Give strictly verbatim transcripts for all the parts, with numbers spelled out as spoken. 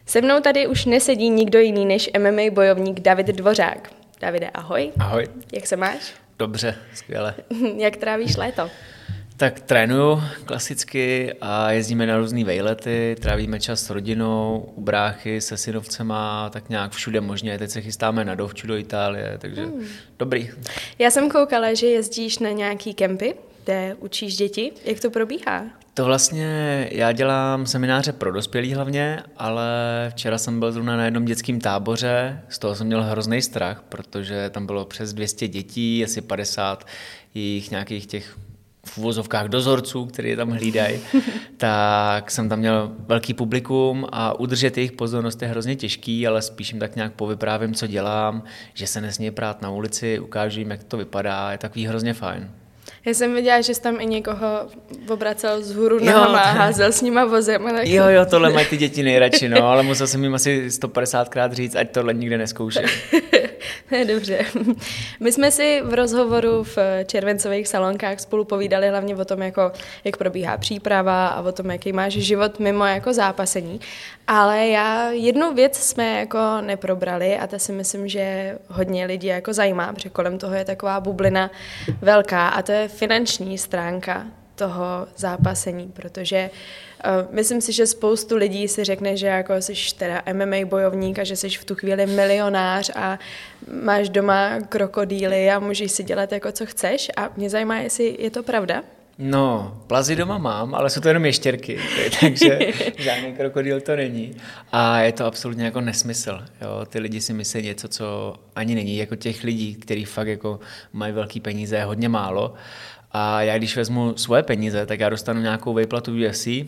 Se mnou tady už nesedí nikdo jiný než M M A bojovník David Dvořák. Davide, ahoj. Ahoj. Jak se máš? Dobře, skvěle. Jak trávíš léto? Tak trénuju klasicky a jezdíme na různý vejlety, trávíme čas s rodinou, u bráchy, se synovcema, tak nějak všude možně. Teď se chystáme na dovču do Itálie, takže hmm. dobrý. Já jsem koukala, že jezdíš na nějaký kempy, kde učíš děti. Jak to probíhá? To vlastně, já dělám semináře pro dospělí hlavně, ale včera jsem byl zrovna na jednom dětském táboře, z toho jsem měl hrozný strach, protože tam bylo přes dvě stě dětí, asi padesát jich nějakých těch v uvozovkách dozorců, který je tam hlídají, tak jsem tam měl velký publikum a udržet jejich pozornost je hrozně těžký, ale spíš jim tak nějak povyprávím, co dělám, že se nesmí prát na ulici, ukážu jim, jak to vypadá, je takový hrozně fajn. Já jsem viděla, že jsi tam i někoho obracel z hůru nohama a házel s nima vozem. Tak... Jo, jo, tohle mají ty děti nejradši, no, ale musel jsem jim asi sto padesátkrát říct, ať tohle nikde neskoušej. Dobře. My jsme si v rozhovoru v červencových salonkách spolu povídali hlavně o tom, jako, jak probíhá příprava a o tom, jaký máš život mimo jako zápasení. Ale já jednu věc jsme jako neprobrali a ta si myslím, že hodně lidí jako zajímá, protože kolem toho je taková bublina velká a to je finanční stránka toho zápasení, protože uh, myslím si, že spoustu lidí si řekne, že jako jsi teda M M A bojovník a že jsi v tu chvíli milionář a máš doma krokodýly a můžeš si dělat jako co chceš a mě zajímá, jestli je to pravda. No, plazy doma mám, ale jsou to jenom ještěrky, takže žádný krokodýl to není. A je to absolutně jako nesmysl. Jo? Ty lidi si myslí něco, co ani není. Jako těch lidí, kteří fakt jako mají velký peníze, je hodně málo. A já když vezmu svoje peníze, tak já dostanu nějakou výplatu U F C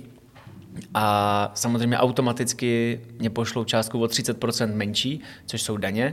a samozřejmě automaticky mě pošlou částku o třicet procent menší, což jsou daně.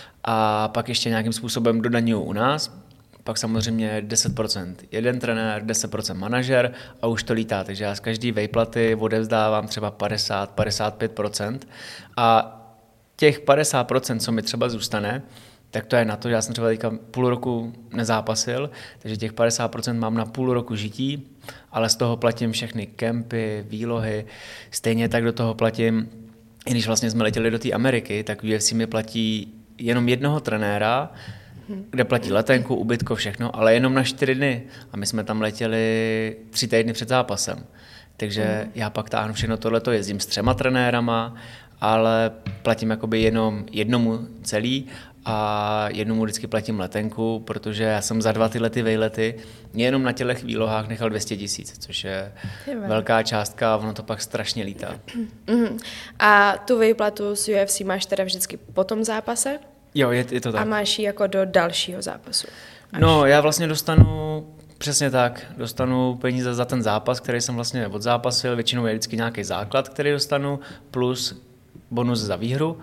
A pak ještě nějakým způsobem dodaňují u nás. Pak samozřejmě deset procent jeden trenér, deset procent manažer a už to lítá. Takže já z každé výplaty odevzdávám třeba padesát až padesát pět procent a těch padesát procent, co mi třeba zůstane, tak to je na to, že já jsem třeba teďka půl roku nezápasil, takže těch padesát procent mám na půl roku žití, ale z toho platím všechny kempy, výlohy, stejně tak do toho platím, i když vlastně jsme letěli do té Ameriky, tak U F C mi platí jenom jednoho trenéra, kde platí letenku, ubytko, všechno, ale jenom na čtyři dny. A my jsme tam letěli tři týdny před zápasem. Takže mm. já pak táhnu všechno tohleto, jezdím s třema trenérama, ale platím jakoby jenom jednomu celý a jednomu vždycky platím letenku, protože já jsem za dva tyhle ty vejlety jenom na těchto výlohách nechal dvě stě tisíc, což je Chyba. velká částka a ono to pak strašně lítá. Mm. A tu výplatu z U F C máš teda vždycky po tom zápase? Jo, je, je to tak. A máš ji jako do dalšího zápasu? Až. No, já vlastně dostanu, přesně tak, dostanu peníze za ten zápas, který jsem vlastně odzápasil, většinou je vždycky nějaký základ, který dostanu, plus bonus za výhru.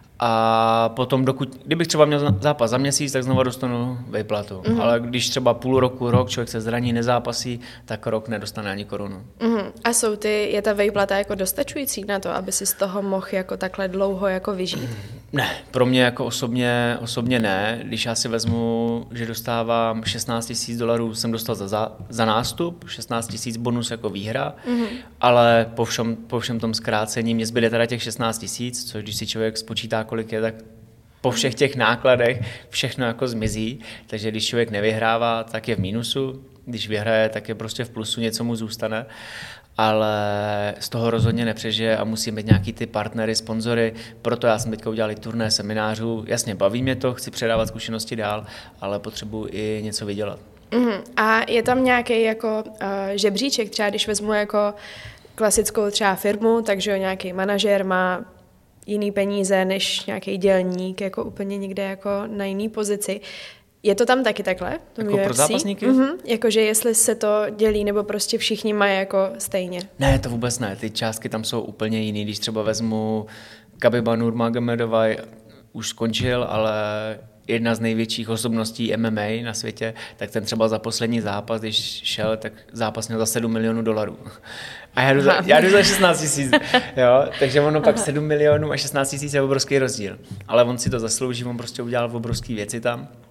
A potom, dokud, kdybych třeba měl zápas za měsíc, tak znovu dostanu výplatu. Mm-hmm. Ale když třeba půl roku, rok člověk se zraní, nezápasí, tak rok nedostane ani korunu. Mm-hmm. A jsou ty, je ta výplata jako dostačující na to, aby si z toho mohl jako takhle dlouho jako vyžít? Ne, pro mě jako osobně, osobně ne. Když já si vezmu, že dostávám šestnáct tisíc dolarů, jsem dostal za, za, za nástup, šestnáct tisíc bonus jako výhra, mm-hmm. ale po všem, po všem tom zkrácení mě zbyde teda těch šestnáct tisíc, což když si člověk spočítá, kolik je, tak po všech těch nákladech všechno jako zmizí. Takže když člověk nevyhrává, tak je v mínusu, když vyhraje, tak je prostě v plusu, něco mu zůstane. Ale z toho rozhodně nepřežije a musí mít nějaký ty partnery, sponzory. Proto já jsem teďka udělal i turné seminářů. Jasně, baví mě to, chci předávat zkušenosti dál, ale potřebuji i něco vydělat. Uh-huh. A je tam nějaký jako uh, žebříček, třeba když vezmu jako klasickou třeba firmu, takže nějaký manažer má jiný peníze než nějaký dělník, jako úplně někde jako na jiný pozici. Je to tam taky takhle? Jako pro zápasníky? Uh-huh. Jakože jestli se to dělí, nebo prostě všichni mají jako stejně? Ne, to vůbec ne. Ty částky tam jsou úplně jiný. Když třeba vezmu Khabib Nurmagomedova, už skončil, ale jedna z největších osobností M M A na světě, tak ten třeba za poslední zápas, když šel, tak zápas měl za sedm milionů dolarů. A já jdu za, já jdu za šestnáct tisíc. Jo? Takže ono pak sedm milionů a šestnáct tisíc je obrovský rozdíl. Ale on si to zaslouží, on prostě udělal obrovský věci tam.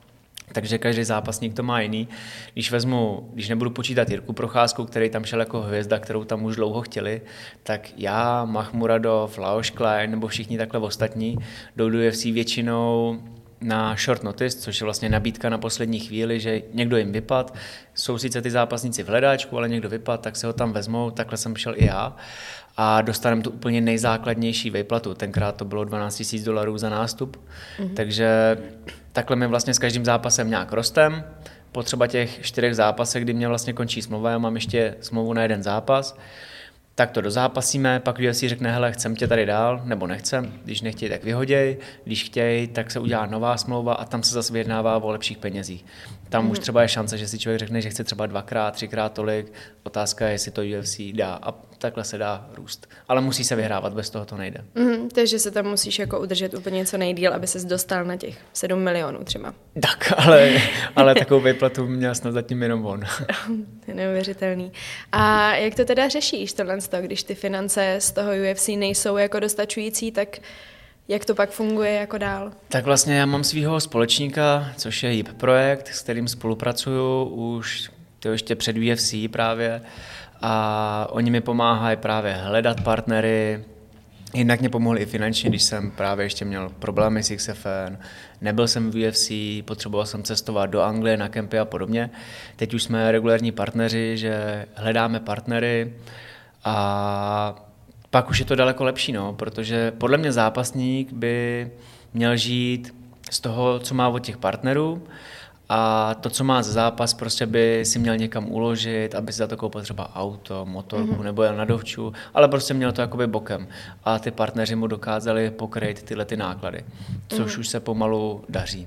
Takže každý zápasník to má jiný. Když vezmu, když nebudu počítat Jirku Procházku, který tam šel jako hvězda, kterou tam už dlouho chtěli, tak já, Mahmuradov, Laoš Klein nebo všichni takhle ostatní jdou do U F C většinou na short notice, což je vlastně nabídka na poslední chvíli, že někdo jim vypad, jsou sice ty zápasníci v hledáčku, ale někdo vypad, tak se ho tam vezmou, takhle jsem šel i já a dostaneme tu úplně nejzákladnější výplatu. Tenkrát to bylo dvanáct tisíc dolarů za nástup, mm-hmm. takže takhle my vlastně s každým zápasem nějak rostem. Po třeba těch čtyřech zápasech, kdy mě vlastně končí smlouva, já mám ještě smlouvu na jeden zápas, tak to dozápasíme, pak U F C řekne, hele, chcem tě tady dál, nebo nechcem, když nechtějí, tak vyhoděj, když chtějí, tak se udělá nová smlouva a tam se zase vyjednává o lepších penězích. Tam mm. už třeba je šance, že si člověk řekne, že chce třeba dvakrát, třikrát tolik, otázka je, jestli to U F C dá a takhle se dá růst. Ale musí se vyhrávat, bez toho to nejde. Mm, takže se tam musíš jako udržet úplně co nejdýl, aby ses dostal na těch sedm milionů třeba. Tak, ale, ale takovou výplatu měl snad zatím jenom on. To je neuvěřitelný. A jak to teda řešíš tohle, když ty finance z toho U F C nejsou jako dostačující, tak jak to pak funguje jako dál? Tak vlastně já mám svého společníka, což je Jip Projekt, s kterým spolupracuju už to ještě před U F C právě a oni mi pomáhají právě hledat partnery. Jednak mě pomohli i finančně, když jsem právě ještě měl problémy s X F N, nebyl jsem v U F C, potřeboval jsem cestovat do Anglie na kempy a podobně. Teď už jsme regulární partneři, že hledáme partnery a pak už je to daleko lepší, no, protože podle mě zápasník by měl žít z toho, co má od těch partnerů a to, co má za zápas, prostě by si měl někam uložit, aby si za to koupil třeba auto, motorku mm-hmm. nebo jel na dovču, ale prostě měl to jakoby bokem a ty partneři mu dokázali pokryt tyhle ty náklady, což mm-hmm. už se pomalu daří.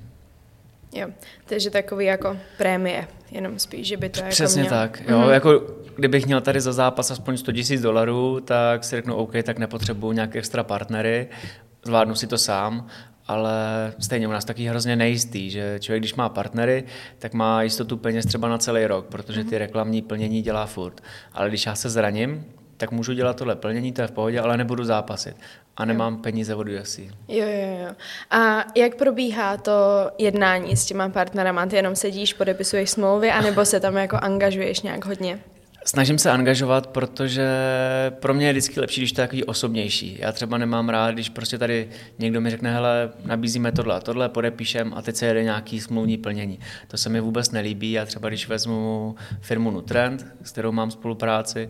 Jo, takže takový jako prémie, jenom spíš, že by to Přesně jako měl. tak, jo, mm-hmm. jako kdybych měl tady za zápas aspoň sto tisíc dolarů, tak si řeknu OK, tak nepotřebuju nějaké extra partnery, zvládnu si to sám, ale stejně u nás taky hrozně nejistý, že člověk, když má partnery, tak má jistotu peněz třeba na celý rok, protože ty reklamní plnění dělá furt. Ale když já se zraním, tak můžu dělat tohle plnění, to je v pohodě, ale nebudu zápasit. A nemám jo. peníze od U F C. Jo, jo, jo. A jak probíhá to jednání s těma partnerama? Ty jenom sedíš, podepisuješ smlouvy, anebo se tam jako angažuješ nějak hodně? Snažím se angažovat, protože pro mě je vždycky lepší, když to je takový osobnější. Já třeba nemám rád, když prostě tady někdo mi řekne, hele, nabízíme tohle a tohle, podepíšem a teď se jede nějaký smluvní plnění. To se mi vůbec nelíbí. Já třeba, když vezmu firmu Nutrend, s kterou mám spolupráci,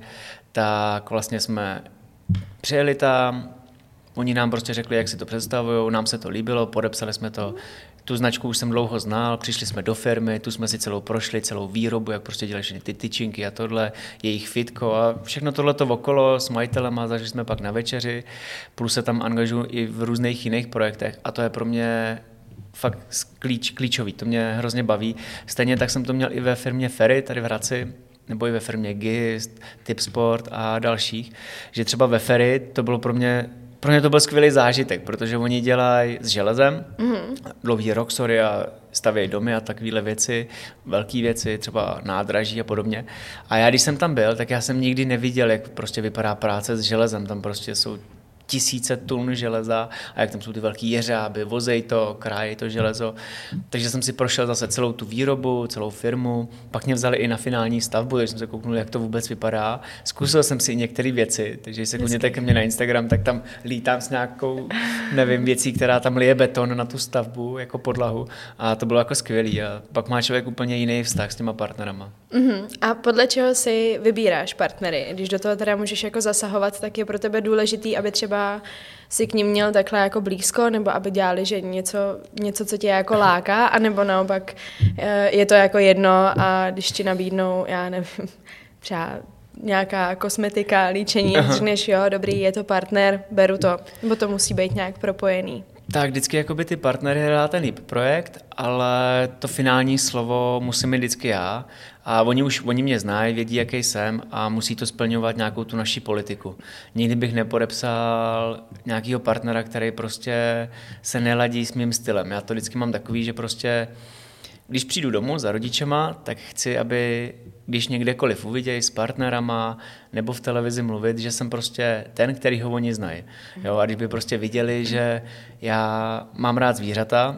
tak vlastně jsme přijeli tam, oni nám prostě řekli, jak si to představují, nám se to líbilo, podepsali jsme to. Tu značku už jsem dlouho znal, přišli jsme do firmy, tu jsme si celou prošli, celou výrobu, jak prostě dělají ty tyčinky a tohle, jejich fitko a všechno tohleto okolo s majitelema, zažili jsme pak na večeři, plus se tam angažuju i v různých jiných projektech a to je pro mě fakt klíč, klíčový, to mě hrozně baví. Stejně tak jsem to měl i ve firmě Ferry, tady v Hradci, nebo i ve firmě Gist, Tipsport a dalších, že třeba ve Ferry to bylo pro mě Pro mě to byl skvělý zážitek, protože oni dělají s železem, mm-hmm. dlouhý roxory a stavějí domy a takovéhle věci, velké věci, třeba nádraží a podobně. A já, když jsem tam byl, tak já jsem nikdy neviděl, jak prostě vypadá práce s železem. Tam prostě jsou tisíce tun železa a jak tam jsou ty velký jeřáby, vozej to, krájí to železo. Takže jsem si prošel zase celou tu výrobu, celou firmu, pak mě vzali i na finální stavbu, takže jsem se kouknul, jak to vůbec vypadá. Zkusil jsem si i některé věci, takže když se koukněte ke mně na Instagram, tak tam lítám s nějakou, nevím, věcí, která tam lije beton na tu stavbu, jako podlahu a to bylo jako skvělý a pak má člověk úplně jiný vztah s těma partnerama. Uh-huh. A podle čeho si vybíráš partnery? Když do toho teda můžeš jako zasahovat, tak je pro tebe důležitý, aby třeba si k ním měl takhle jako blízko, nebo aby dělali, že něco, něco, co tě jako láká, anebo naopak je to jako jedno a když ti nabídnou, já nevím, třeba nějaká kosmetika, líčení, řekneš, jo, dobrý, je to partner, beru to, nebo to musí být nějak propojený. Tak vždycky jakoby ty partnery hledá ten Jip Projekt, ale to finální slovo musím mít vždycky já a oni už oni mě znají, vědí, jaký jsem a musí to splňovat nějakou tu naši politiku. Nikdy bych nepodepsal nějakého partnera, který prostě se neladí s mým stylem. Já to vždycky mám takový, že prostě když přijdu domů za rodičema, tak chci, aby když někdekoliv uvidějí s partnerama nebo v televizi mluvit, že jsem prostě ten, který ho oni znají. Jo, a když by prostě viděli, že já mám rád zvířata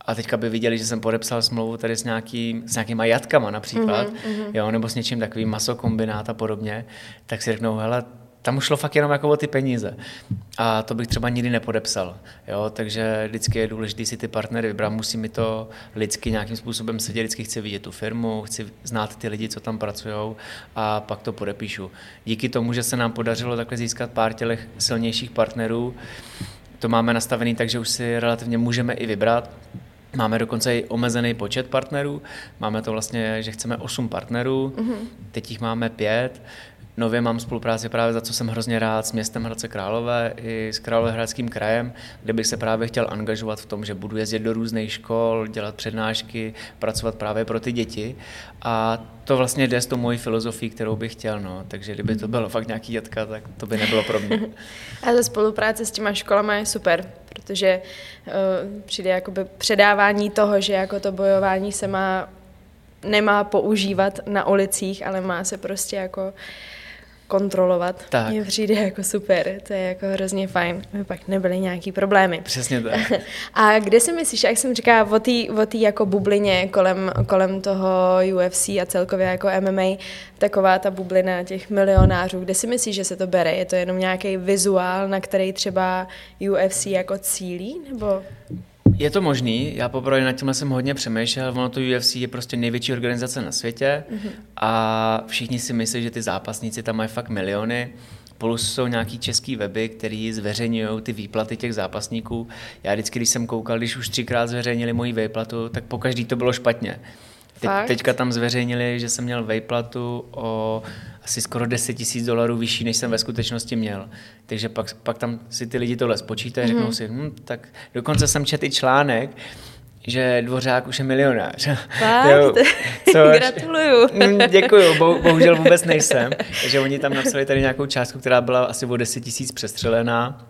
a teďka by viděli, že jsem podepsal smlouvu tady s, nějaký, s nějakýma jatkama například, mm-hmm. jo, nebo s něčím takovým masokombinát a podobně, tak si řeknou, hele, tam už šlo fakt jenom jako o ty peníze. A to bych třeba nikdy nepodepsal. Jo? Takže vždycky je důležité si ty partnery vybrat. Musí mi to lidsky nějakým způsobem sedět. Vždycky chci vidět tu firmu, chci znát ty lidi, co tam pracují a pak to podepíšu. Díky tomu, že se nám podařilo takhle získat pár těch silnějších partnerů, to máme nastavený tak, že už si relativně můžeme i vybrat. Máme dokonce i omezený počet partnerů. Máme to vlastně, že chceme osm partnerů, mm-hmm. teď jich máme pět. Nově mám spolupráci právě, za co jsem hrozně rád, s městem Hradce Králové i s Královéhradeckým krajem, kde bych se právě chtěl angažovat v tom, že budu jezdit do různých škol, dělat přednášky, pracovat právě pro ty děti. A to vlastně jde s tou mojí filozofií, kterou bych chtěl. No. Takže kdyby to bylo fakt nějaký jatka, tak to by nebylo pro mě. A ta spolupráce s těma školama je super, protože uh, přijde jakoby předávání toho, že jako to bojování se má, nemá používat na ulicích, ale má se prostě jako kontrolovat. Tak. Mně přijde jako super, to je jako hrozně fajn, aby pak nebyly nějaký problémy. Přesně tak. A kde si myslíš, jak jsem říkala, o té o té jako bublině kolem, kolem toho U F C a celkově jako M M A, taková ta bublina těch milionářů, kde si myslíš, že se to bere? Je to jenom nějaký vizuál, na který třeba U F C jako cílí, nebo... Je to možný, já poprvé nad tímhle jsem hodně přemýšlel, ono to U F C je prostě největší organizace na světě mm-hmm. a všichni si myslí, že ty zápasníci tam mají fakt miliony, plus jsou nějaký český weby, který zveřejňují ty výplaty těch zápasníků. Já vždycky, když jsem koukal, když už třikrát zveřejnili moji výplatu, tak pokaždý to bylo špatně. Te- teďka tam zveřejnili, že jsem měl výplatu o asi skoro deset tisíc dolarů vyšší, než jsem ve skutečnosti měl. Takže pak, pak tam si ty lidi tohle spočítají, mm-hmm. řeknou si, hm, tak dokonce jsem četl i článek, že Dvořák už je milionář. Fakt? Což, gratuluju. Děkuju, bo, bohužel vůbec nejsem. Takže oni tam napsali tady nějakou částku, která byla asi o deset tisíc přestřelená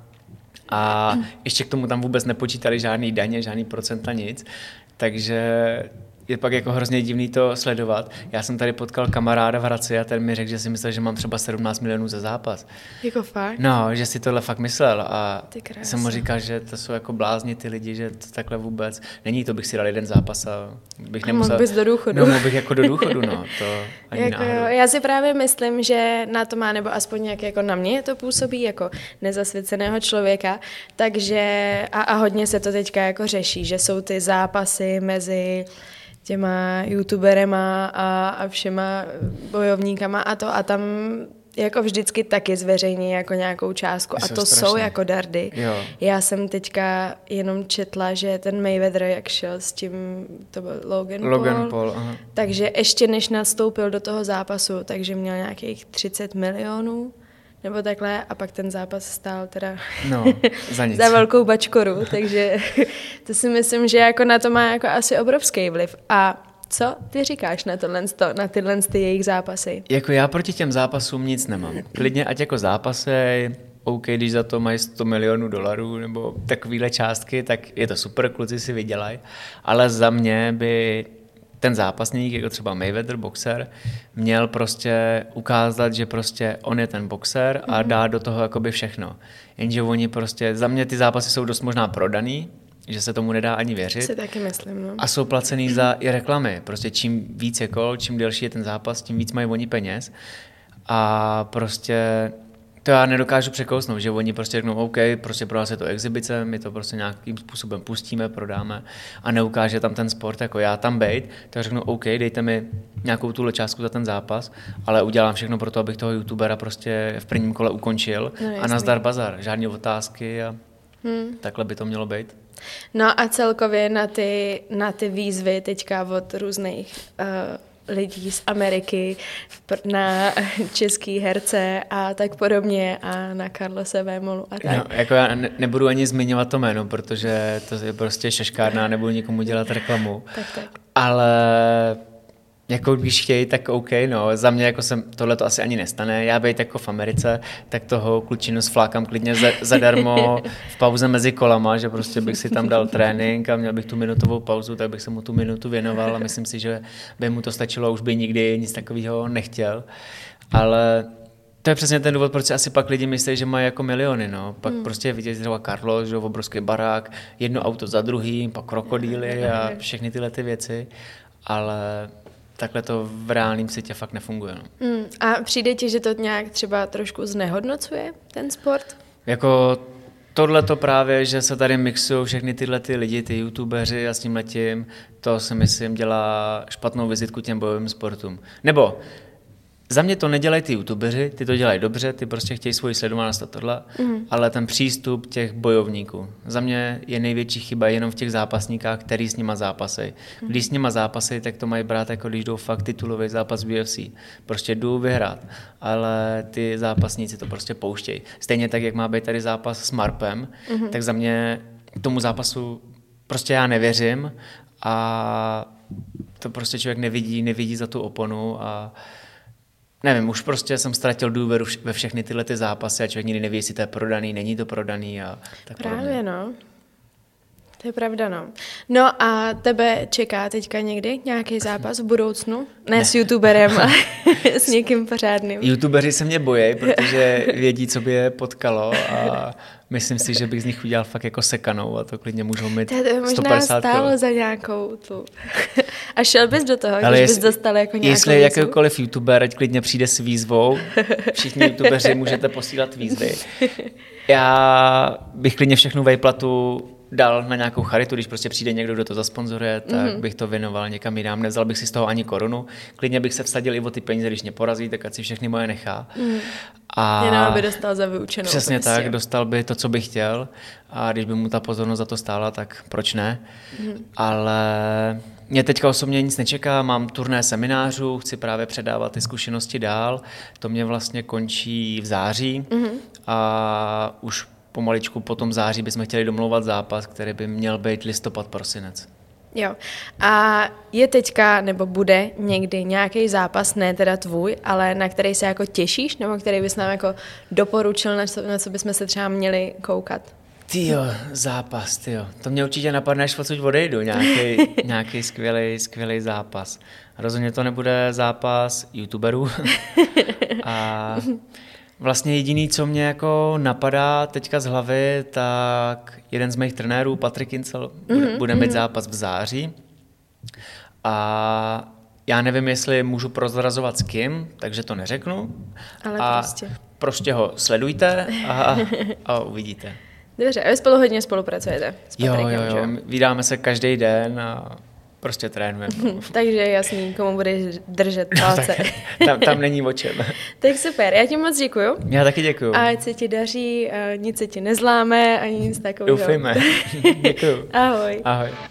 a ještě k tomu tam vůbec nepočítali žádný daně, žádný procenta, nic. Takže je pak jako hrozně divný to sledovat. Já jsem tady potkal kamaráda v Hradci a ten mi řekl, že si myslel, že mám třeba sedmnáct milionů za zápas. Jako fakt? No, že si tohle fakt myslel a jsem mu říkal, že to jsou jako blázni ty lidi, že to takhle vůbec není, to bych si dal jeden zápas a bych nemusel... A mohl bys do důchodu. No, mohl bych jako do důchodu, no, to ani jako jo, já si právě myslím, že na to má, nebo aspoň nějak jako na mě to působí jako nezasvěceného člověka, takže a, a hodně se to teďka jako řeší, že jsou ty zápasy mezi těma youtuberema a, a všema bojovníkama a to a tam jako vždycky taky zveřejní jako nějakou částku a to strašný. Jsou jako dardy. Jo. Já jsem teďka jenom četla, že ten Mayweather, jak šel s tím, to byl Logan, Logan Paul, Paul aha. takže ještě než nastoupil do toho zápasu, takže měl nějakých třicet milionů nebo takhle a pak ten zápas stál teda no, za, nic. za velkou bačkoru, takže to si myslím, že jako na to má jako asi obrovský vliv. A co ty říkáš na, tohle, na tyhle ty jejich zápasy? Jako já proti těm zápasům nic nemám. Klidně ať jako zápasy, OK, když za to mají sto milionů dolarů nebo takovýhle částky, tak je to super, kluci si vydělají, ale za mě by ten zápasník, jako třeba Mayweather, boxer, měl prostě ukázat, že prostě on je ten boxer a dá do toho jakoby všechno. Jenže oni prostě, za mě ty zápasy jsou dost možná prodaný, že se tomu nedá ani věřit. Si taky myslím, no. A jsou placený za i reklamy. Prostě čím víc je kol, čím delší je ten zápas, tím víc mají oni peněz. A prostě to já nedokážu překousnout, že oni prostě řeknou OK, prostě pro nás je to exibice, my to prostě nějakým způsobem pustíme, prodáme a neukáže tam ten sport, jako já tam bejt, tak řeknu OK, dejte mi nějakou tuhle částku za ten zápas, ale udělám všechno pro to, abych toho youtubera prostě v prvním kole ukončil no, a nazdar bazar, žádné otázky a hmm. takhle by to mělo být. No a celkově na ty, na ty výzvy teďka od různých uh, lidí z Ameriky na český herce a tak podobně a na Carlose Vémolu a tak. No, jako já ne, nebudu ani zmiňovat to jméno, protože to je prostě šaškárna, nebudu nikomu dělat reklamu. Tak, tak. Ale jako když chtějí, tak OK, no. Za mě jako jsem, tohle to asi ani nestane. Já bejt jako v Americe, tak toho klučinu sflákám klidně za, zadarmo v pauze mezi kolama, že prostě bych si tam dal trénink a měl bych tu minutovou pauzu, tak bych se mu tu minutu věnoval a myslím si, že by mu to stačilo a už by nikdy nic takového nechtěl. Ale To je přesně ten důvod, proč si asi pak lidi myslí, že mají jako miliony, no. Pak hmm. prostě vidět třeba Carlos, že obrovský barák, jedno auto za druhým, pak krokodýly a všechny tyhle ty věci, ale takhle to v reálném světě fakt nefunguje, no. Hmm. A přijde ti, že to nějak třeba trošku znehodnocuje, ten sport? Jako tohle to právě, že se tady mixují všechny tyhle ty lidi, ty youtubeři a s tímhletím, to si myslím dělá špatnou vizitku těm bojovým sportům. Nebo za mě to nedělají ty youtubeři, ty to dělají dobře, ty prostě chtějí svoji sledovanost a tohle, mm. ale ten přístup těch bojovníků. Za mě je největší chyba jenom v těch zápasníkách, který s nima zápasejí. Mm. Když s nima zápasejí, tak to mají brát jako když jdou fakt titulový zápas v U F C. Prostě jdou vyhrát, ale ty zápasníci to prostě pouštějí. Stejně tak, jak má být tady zápas s Marpem, mm. tak za mě tomu zápasu prostě já nevěřím a to prostě člověk nevidí, nevidí za tu oponu a nevím, už prostě jsem ztratil důvěru ve všechny tyhle ty zápasy a člověk nikdy neví, jestli to je prodaný, není to prodaný a tak Právě, podobně. no. To je pravda, no. No a tebe čeká teďka někdy nějaký zápas v budoucnu? Ne, ne. s youtuberem, ale s někým pořádným. Youtubeři se mě bojí, protože vědí, co by je potkalo a myslím si, že bych z nich udělal fakt jako sekanou a to klidně můžou mít to je sto padesát možná stálo kilo. za nějakou tu. A šel bys do toho, ale když jest, bys dostal jako nějakou Jestli výzvu? jakýkoliv youtuber, ať klidně přijde s výzvou, všichni youtubeři můžete posílat výzvy. Já bych klidně všechnu vejplatu dal na nějakou charitu, když prostě přijde někdo, kdo to zasponzoruje, tak mm-hmm. bych to věnoval někam jinam, nevzal bych si z toho ani korunu. Klidně bych se vsadil i o ty peníze, když mě porazí, tak ať si všechny moje nechá. Mm. A jenom by dostal za vyučenou. Přesně prostě. tak, dostal by to, co by chtěl a když by mu ta pozornost za to stála, tak proč ne? Mm. Ale mě teďka osobně nic nečeká, mám turné seminářů, chci právě předávat ty zkušenosti dál, to mě vlastně končí v září mm-hmm. a už pomaličku po tom září bychom chtěli domlouvat zápas, který by měl být listopad, prosinec. Jo. A je teďka, nebo bude někdy nějaký zápas, ne teda tvůj, ale na který se jako těšíš, nebo který bys nám jako doporučil, na co, na co bychom se třeba měli koukat? Tyjo, zápas, tyjo. To mě určitě napadne, až odsud odejdu, nějaký, nějaký skvělý, skvělý zápas. Rozhodně to nebude zápas youtuberů. A vlastně jediný, co mě jako napadá teďka z hlavy, tak jeden z mých trenérů, Patrik Incel, bude, mm-hmm. bude mít zápas v září. A já nevím, jestli můžu prozrazovat s kým, takže to neřeknu. Ale a prostě. Prostě ho sledujte a, a uvidíte. Dobře, a vy spolu hodně spolupracujete s Patrikem, jo, jo, jo. Vídáme se každý den a prostě trénujeme. Takže je jasný, komu budeš držet palce. No, tam, tam není o čem. Tak super, já ti moc děkuju. Já taky děkuju. A ať se ti daří, nic se ti nezláme, ani nic takového. Doufejme. Děkuju. Ahoj. Ahoj.